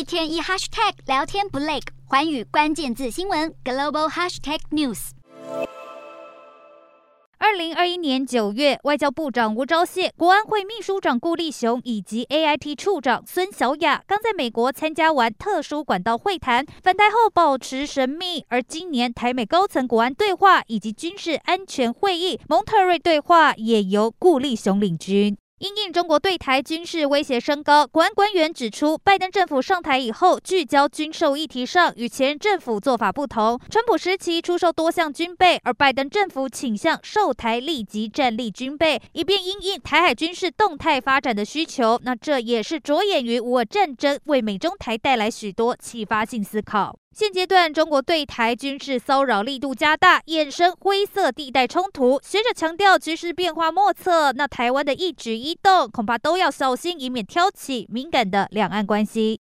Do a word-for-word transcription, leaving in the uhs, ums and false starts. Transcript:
天一 hashtag 聊天不累，寰宇关键字新闻 global hashtag news。 二零二一年九月，外交部长吴钊燮、国安会秘书长顾立雄以及 A I T 处长孙小雅刚在美国参加完特殊管道会谈，返台后保持神秘。而今年台美高层国安对话以及军事安全会议蒙特瑞对话也由顾立雄领军。因应中国对台军事威胁升高，国安官员指出，拜登政府上台以后，聚焦军售议题上与前任政府做法不同。川普时期出售多项军备，而拜登政府倾向售台立即战力军备，以便因应台海军事动态发展的需求。那这也是着眼于乌俄战争，为美中台带来许多启发性思考。现阶段，中国对台军事骚扰力度加大，衍生灰色地带冲突。学者强调，局势变化莫测，那台湾的一举一动恐怕都要小心，以免挑起敏感的两岸关系。